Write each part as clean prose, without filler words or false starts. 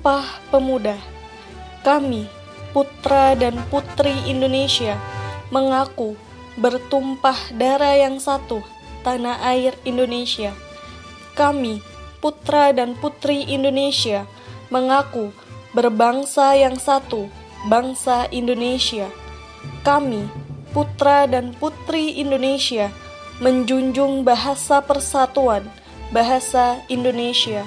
Sumpah Pemuda. Kami, putra dan putri Indonesia, mengaku bertumpah darah yang satu, tanah air Indonesia. Kami, putra dan putri Indonesia, mengaku berbangsa yang satu, bangsa Indonesia. Kami, putra dan putri Indonesia, menjunjung bahasa persatuan, bahasa Indonesia.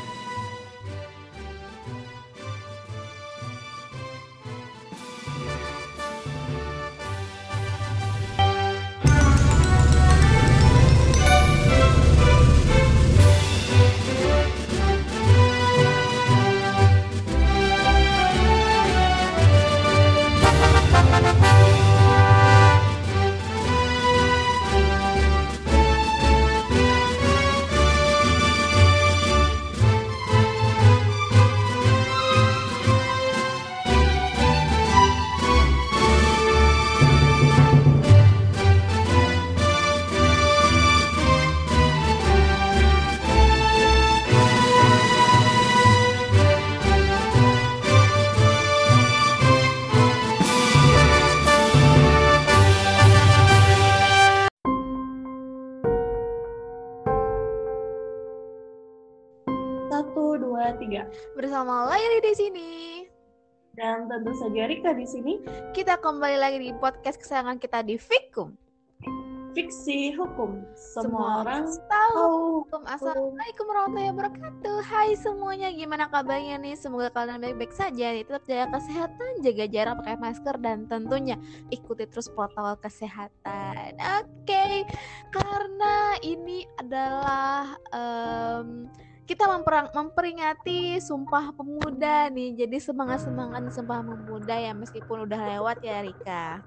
Satu, dua, tiga. Bersama Laili di sini. Dan tentu saja Rika di sini. Kita kembali lagi di podcast kesayangan kita di Fikum. Fiksi hukum. Semua orang tahu. Assalamualaikum warahmatullahi wabarakatuh. Hai semuanya, gimana kabarnya nih? Semoga kalian baik-baik saja nih. Tetap jaga kesehatan, jaga jarak, pakai masker, dan tentunya ikuti terus protokol kesehatan. Oke. Karena ini adalah kita memperingati Sumpah Pemuda nih. Jadi semangat-semangat Sumpah Pemuda ya, meskipun udah lewat ya Rika.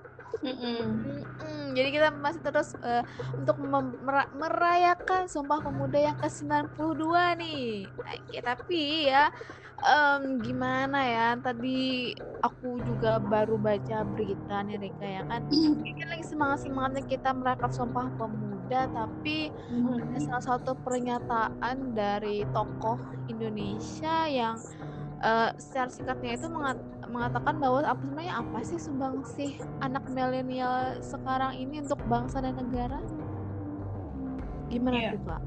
Jadi kita masih terus untuk merayakan Sumpah Pemuda yang ke-92 nih. Tapi ya gimana ya, tadi aku juga baru baca berita nih Rika ya kan. Mungkin lagi semangat-semangatnya kita merayakan Sumpah Pemuda, tapi ada salah satu pernyataan dari tokoh Indonesia yang secara singkatnya itu mengatakan bahwa apa sih sumbangsih anak milenial sekarang ini untuk bangsa dan negara? Gimana tuh Pak?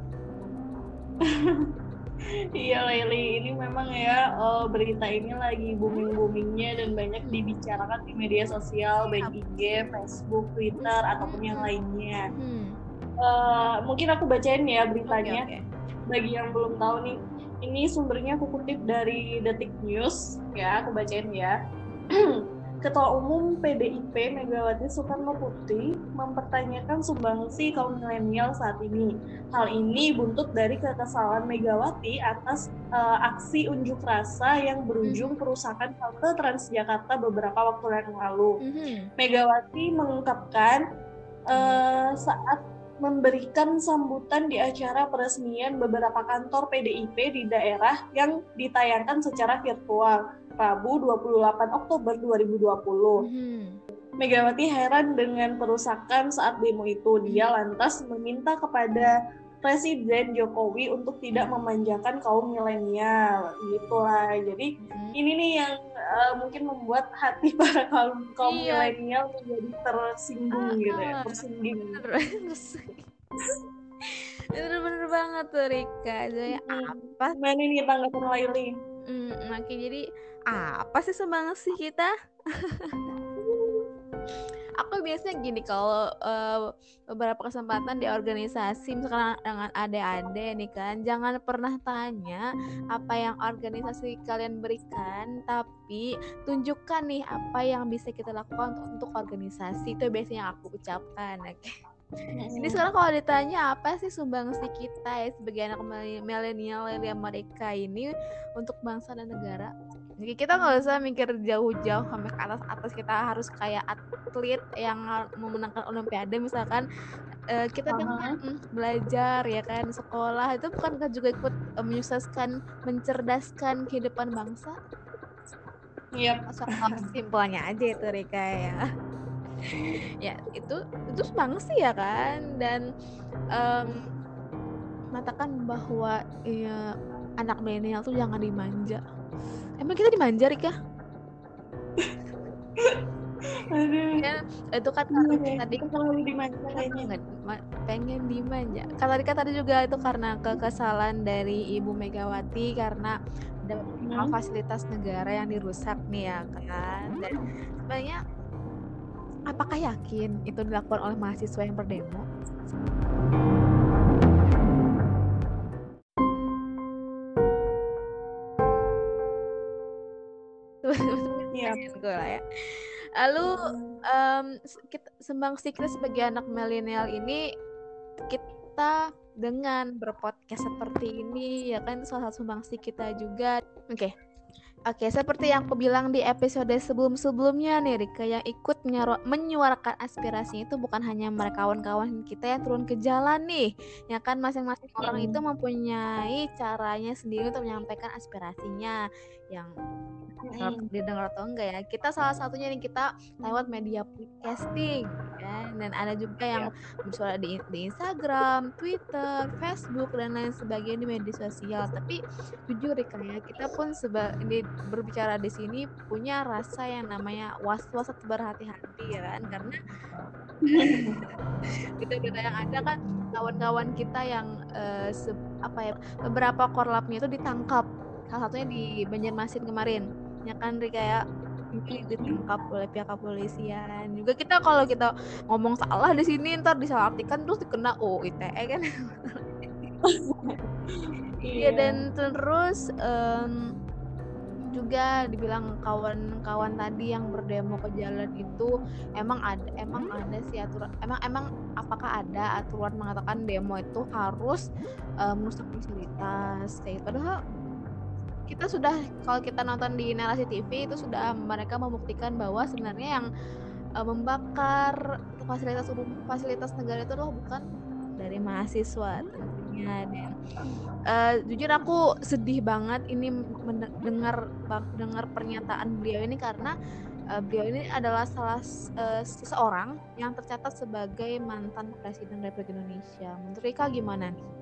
Iya Laili, ini memang ya berita ini lagi booming-boomingnya dan banyak dibicarakan di media sosial, baik IG, Facebook, Twitter, ataupun yang lainnya. Mungkin aku bacain ya beritanya. Okay. Bagi yang belum tahu nih, ini sumbernya aku kutip dari Detik News, ya aku bacain ya. Ketua Umum PDIP Megawati Soekarnoputri mempertanyakan sumbangsi kaum milenial saat ini. Hal ini buntut dari kekesalan Megawati atas aksi unjuk rasa yang berujung perusakan halte Transjakarta beberapa waktu yang lalu. Megawati mengungkapkan saat memberikan sambutan di acara peresmian beberapa kantor PDIP di daerah yang ditayangkan secara virtual Rabu 28 Oktober 2020. Megawati heran dengan perusakan saat demo itu. Dia lantas meminta kepada Presiden Jokowi untuk tidak memanjakan kaum milenial, gitulah. Jadi ini nih yang mungkin membuat hati para kaum milenial menjadi tersinggung gitu ya, tersingging. Bener banget tuh Rika. Jadi apa? Gimana nih tanggapan Laili? Oke, jadi apa sih sumbangsih kita? Aku biasanya gini, kalau beberapa kesempatan di organisasi misalkan dengan adik-adik nih kan, jangan pernah tanya apa yang organisasi kalian berikan, tapi tunjukkan nih apa yang bisa kita lakukan untuk organisasi. Itu biasanya yang aku ucapkan. Jadi sekarang kalau ditanya apa sih sumbangsi kita ya sebagai anak milenial yang mereka ini untuk bangsa dan negara, jadi kita nggak usah mikir jauh-jauh sampai ke atas. Kita harus kayak atlet yang memenangkan olimpiade misalkan. Kita kan belajar ya kan, sekolah itu bukan juga ikut menyukseskan, mencerdaskan kehidupan bangsa? Iya. Simpelnya aja itu Rika ya. Ya itu bangsa ya kan. Dan mengatakan bahwa anak milenial tuh jangan dimanja. Emang kita dimanja, Rika? Aduh. Ya, itu kan tadi terlalu dimanja kayaknya. Pengen dimanja. Kalau Rika tadi juga itu karena kekesalan dari Ibu Megawati karena ada fasilitas negara yang dirusak nih ya kan. Dan sebenarnya apakah yakin itu dilakukan oleh mahasiswa yang berdemo? Iya, betul lah ya. Lalu sumbangsih kita sebagai anak milenial ini, kita dengan berpodcast seperti ini ya kan salah satu sumbangsih kita juga. Oke, seperti yang aku bilang di episode sebelum-sebelumnya nih, Rika, yang ikut menyuarakan aspirasi itu bukan hanya mereka kawan-kawan kita yang turun ke jalan nih, ya kan masing-masing orang itu mempunyai caranya sendiri untuk menyampaikan aspirasinya yang didengar atau enggak ya. Kita salah satunya nih, kita lewat media podcasting ya. Dan ada juga yang bersuara di Instagram, Twitter, Facebook dan lain sebagainya di media sosial. Tapi jujur Rika ya, kita pun berbicara di sini punya rasa yang namanya was-was atau berhati-hati ya kan, karena berita-berita yang ada kan kawan-kawan kita yang beberapa korlapnya itu ditangkap, salah satunya di Banjarmasin kemarin ya kan Rika ya, ditangkap oleh pihak kepolisian. Juga kita kalau kita ngomong salah di sini ntar disalahartikan terus dikena ITE kan. Iya, dan terus juga dibilang kawan-kawan tadi yang berdemo ke jalan itu emang ada sih aturan, emang apakah ada aturan mengatakan demo itu harus merusak fasilitas kayak gitu. Padahal kita sudah, kalau kita nonton di Narasi TV itu sudah mereka membuktikan bahwa sebenarnya yang membakar fasilitas negara itu adalah bukan dari mahasiswa tentunya. Dan jujur aku sedih banget ini mendengar pernyataan beliau ini, karena beliau ini adalah seseorang yang tercatat sebagai mantan presiden Republik Indonesia. Menurut Rika gimana nih?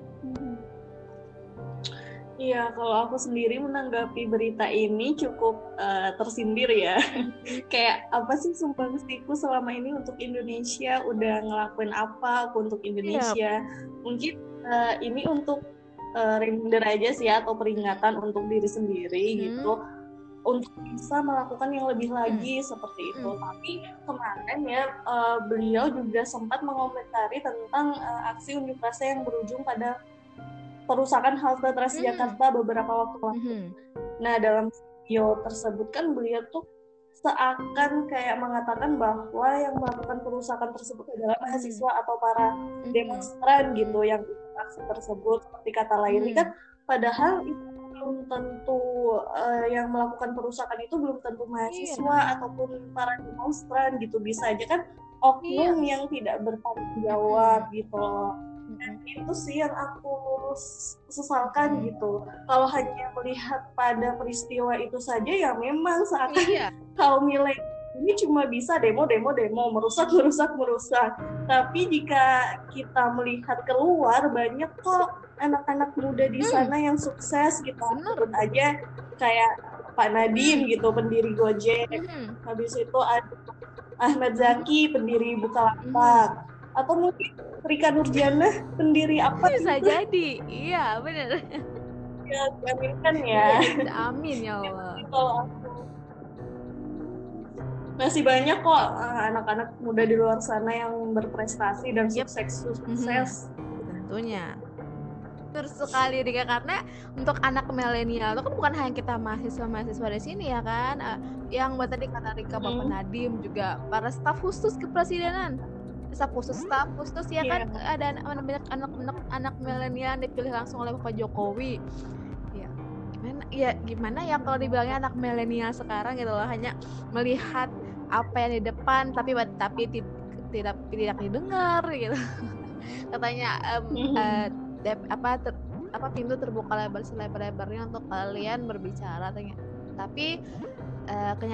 Iya, kalau aku sendiri menanggapi berita ini cukup tersindir ya. Kayak apa sih sumbangsiku selama ini untuk Indonesia, udah ngelakuin apa untuk Indonesia. Mungkin ini untuk reminder aja sih ya, atau peringatan untuk diri sendiri gitu, untuk bisa melakukan yang lebih lagi seperti itu. Tapi kemarin ya beliau juga sempat mengomentari tentang aksi unjuk rasa yang berujung pada perusakan halte Transjakarta beberapa waktu lalu. Nah, dalam video tersebut kan beliau tuh seakan kayak mengatakan bahwa yang melakukan perusakan tersebut adalah mahasiswa atau para demonstran gitu yang ikut aksi tersebut, seperti kata lainnya kan. Padahal itu belum tentu yang melakukan perusakan itu belum tentu mahasiswa ataupun para demonstran gitu, bisa aja kan oknum yang tidak bertanggung jawab gitu loh. Dan itu sih yang aku sesalkan gitu. Kalau hanya melihat pada peristiwa itu saja ya memang seakan kaum milenial ini cuma bisa demo, merusak. Tapi jika kita melihat keluar, banyak kok anak-anak muda di sana yang sukses gitu. Sebut aja kayak Pak Nadiem gitu, pendiri Gojek. Habis itu ada Ahmad Zaki, pendiri Bukalapak. Atau mungkin Rika Nurjana, pendiri apa bisa gitu? Jadi iya benar ya, diaminkan ya. Amin ya Allah. Kalau aku masih banyak kok anak-anak muda di luar sana yang berprestasi dan sukses. Tentunya betul sekali Rika, karena untuk anak milenial itu kan bukan hanya kita mahasiswa di sini ya kan, yang tadi kata Rika Bapak Nadiem, juga para staf khusus kepresidenan, staf khusus ya kan, ada banyak anak milenial dipilih langsung oleh Bapak Jokowi. Gimana ya kalau dibilangnya anak milenial sekarang gitu loh, hanya melihat apa yang di depan tapi tidak didengar gitu. Katanya pintu terbuka selebar-lebarnya untuk kalian berbicara, tapi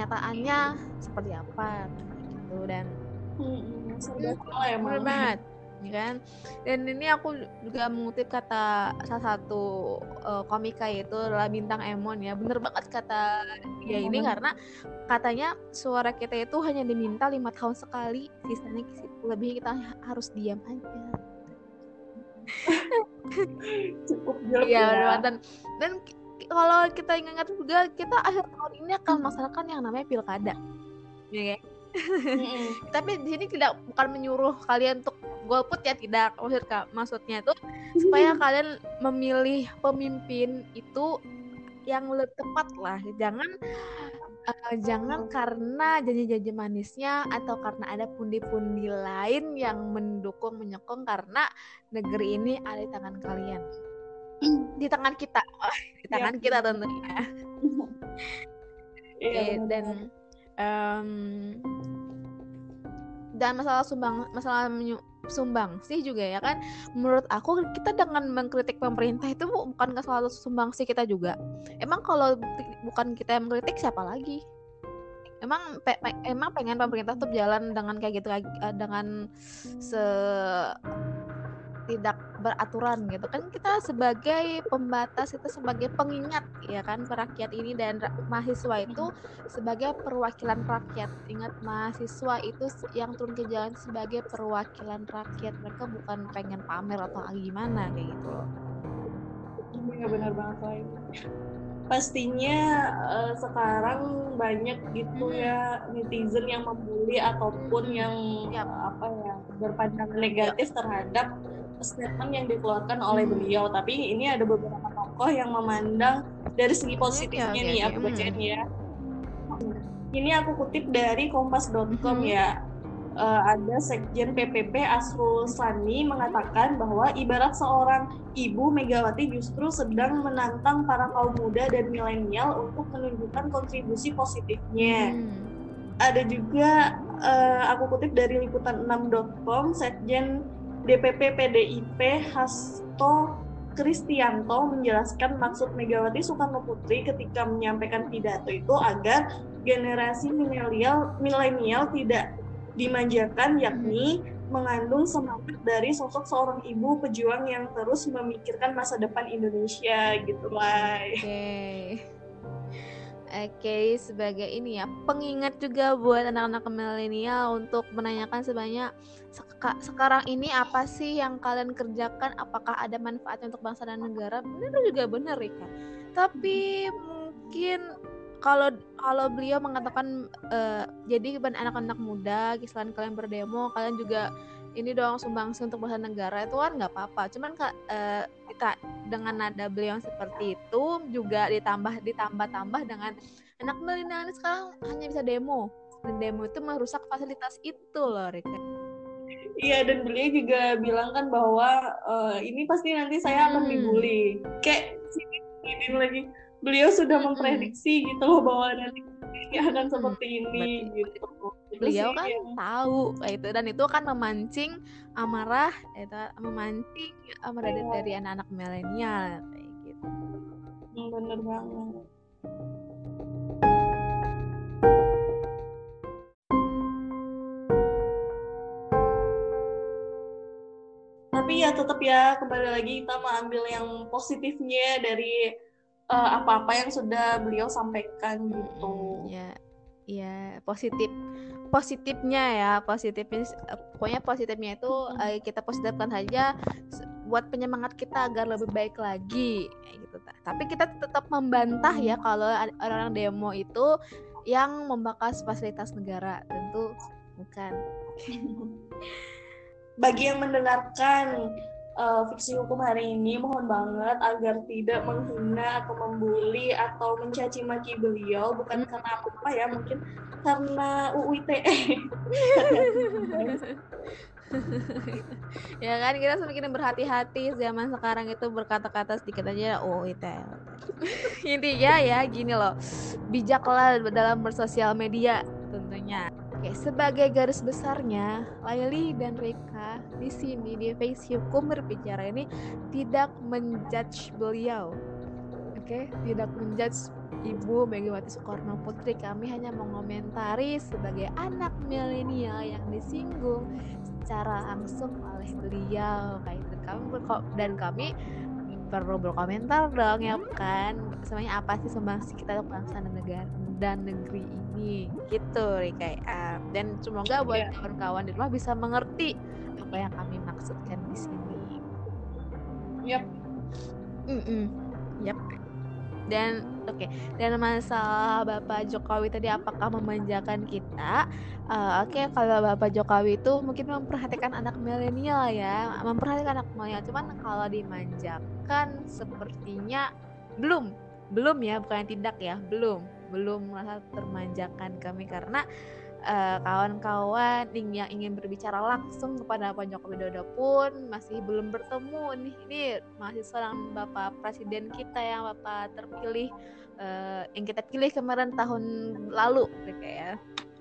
kenyataannya seperti apa gitu. Dan benar banget. ya kan? Dan ini aku juga mengutip kata salah satu komika, yaitu adalah Bintang Emon ya. Bener banget kata dia ini, karena katanya suara kita itu hanya diminta 5 tahun sekali, sisanya lebih kita harus diam aja. Cukup jelek ya. ya. Dan kalau kita ingat juga, kita akhir tahun ini akan melaksanakan yang namanya pilkada, ya kan? Tapi di sini bukan menyuruh kalian untuk golput ya, tidak. Maksudnya itu supaya kalian memilih pemimpin itu yang lebih tepat lah. Jangan karena janji-janji manisnya atau karena ada pundi-pundi lain yang mendukung menyokong, karena negeri ini ada di tangan kalian, di tangan kita, di tangan kita tentunya. Dan masalah sumbang sih juga ya kan, menurut aku kita dengan mengkritik pemerintah itu bukan selalu sumbang sih kita juga. Emang kalau bukan kita yang mengkritik, siapa lagi? Emang pengen pemerintah tuh jalan dengan kayak gitu, dengan tidak beraturan gitu kan. Kita sebagai pembatas, kita sebagai pengingat ya kan rakyat ini, dan mahasiswa itu sebagai perwakilan rakyat. Ingat, mahasiswa itu yang turun ke jalan sebagai perwakilan rakyat, mereka bukan pengen pamer atau gimana kayak gitu loh. Iya benar banget lah. Pastinya sekarang banyak gitu ya netizen yang membuli ataupun yang berpandangan negatif terhadap statement yang dikeluarkan oleh beliau. Tapi ini ada beberapa tokoh yang memandang dari segi positifnya nih, aku bacain ya. Ini aku kutip dari kompas.com ya. Ada Sekjen PPP Asrul Sani mengatakan bahwa ibarat seorang ibu, Megawati justru sedang menantang para kaum muda dan milenial untuk menunjukkan kontribusi positifnya. Ada juga aku kutip dari liputan6.com, Sekjen DPP PDIP Hasto Kristianto menjelaskan maksud Megawati Soekarno Putri ketika menyampaikan pidato itu agar generasi milenial tidak dimanjakan, yakni mengandung semangat dari sosok seorang ibu pejuang yang terus memikirkan masa depan Indonesia gitu lah. Oke, sebagai ini ya, pengingat juga buat anak-anak milenial untuk menanyakan sebanyak sekarang ini apa sih yang kalian kerjakan, apakah ada manfaatnya untuk bangsa dan negara. Benar juga benar Rika. Tapi mungkin kalau beliau mengatakan jadi anak-anak muda, selain kalian berdemo, kalian juga ini dong sumbangsi untuk bangsa negara, itu kan nggak apa-apa. Cuman kita dengan nada beliau yang seperti itu juga ditambah dengan anak milenial sekarang hanya bisa demo, dan demo itu merusak fasilitas itu loh Rika. Iya, dan beliau juga bilang kan bahwa ini pasti nanti saya akan dibully. Kayak ini lagi beliau sudah memprediksi gitu loh bahwa nanti ini akan seperti ini gitu. Beliau kan tahu itu, dan itu kan memancing amarah dari anak-anak milenial kayak gitu. Bener banget. Tapi ya tetap ya, kembali lagi kita mengambil yang positifnya dari apa-apa yang sudah beliau sampaikan gitu. Ya positifnya pokoknya positifnya itu kita positifkan saja buat penyemangat kita agar lebih baik lagi gitu. Tapi kita tetap membantah ya kalau orang demo itu yang membakar fasilitas negara, tentu bukan. Bagi yang mendengarkan fiksi hukum hari ini, mohon banget agar tidak menghina atau membuli atau mencaci maki beliau, bukan karena apa-apa ya, mungkin karena UU ITE. Ya kan, kita semakin berhati-hati zaman sekarang itu berkata-kata sedikit aja UU ITE. Intinya ya gini loh, bijaklah dalam bersosial media tentunya. Oke, sebagai garis besarnya, Laili dan Rika di sini di Fiksi Hukum berbicara ini tidak menjudge beliau. Oke, tidak menjudge Ibu Megawati Soekarno Putri. Kami hanya mengomentari sebagai anak milenial yang disinggung secara langsung oleh beliau kayak gitu. Kami perlu berkomentar dong ya kan, sebenarnya apa sih sumbangsi kita untuk bangsa dan negara dan negeri ini gitu Rika. Dan semoga buat kawan-kawan di rumah bisa mengerti apa yang kami maksudkan di sini. Yap. Dan dan masalah Bapak Jokowi tadi apakah memanjakan kita? Kalau Bapak Jokowi itu mungkin memperhatikan anak milenial ya, cuman kalau dimanjakan sepertinya belum ya, bukan tidak ya, belum merasa termanjakan kami karena kawan-kawan yang ingin berbicara langsung kepada Pak Joko Widodo pun masih belum bertemu nih. Ini masih seorang Bapak Presiden kita yang Bapak terpilih, yang kita pilih kemarin tahun lalu gitu ya.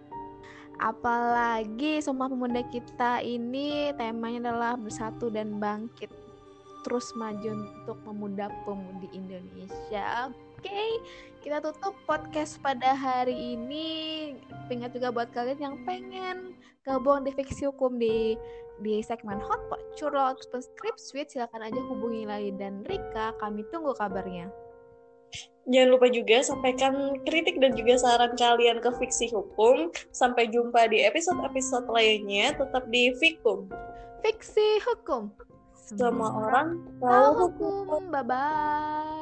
Apalagi Sumpah Pemuda kita ini temanya adalah bersatu dan bangkit, terus maju untuk pemuda-pemudi Indonesia. Kita tutup podcast pada hari ini. Ingat juga buat kalian yang pengen gabung di Fiksi Hukum di segmen Hotpot, Curhat ataupun Script Suite, silakan aja hubungi Lali dan Rika. Kami tunggu kabarnya. Jangan lupa juga sampaikan kritik dan juga saran kalian ke Fiksi Hukum. Sampai jumpa di episode-episode lainnya. Tetap di Fikum. Fiksi Hukum. Semua orang tahu hukum. Bye-bye.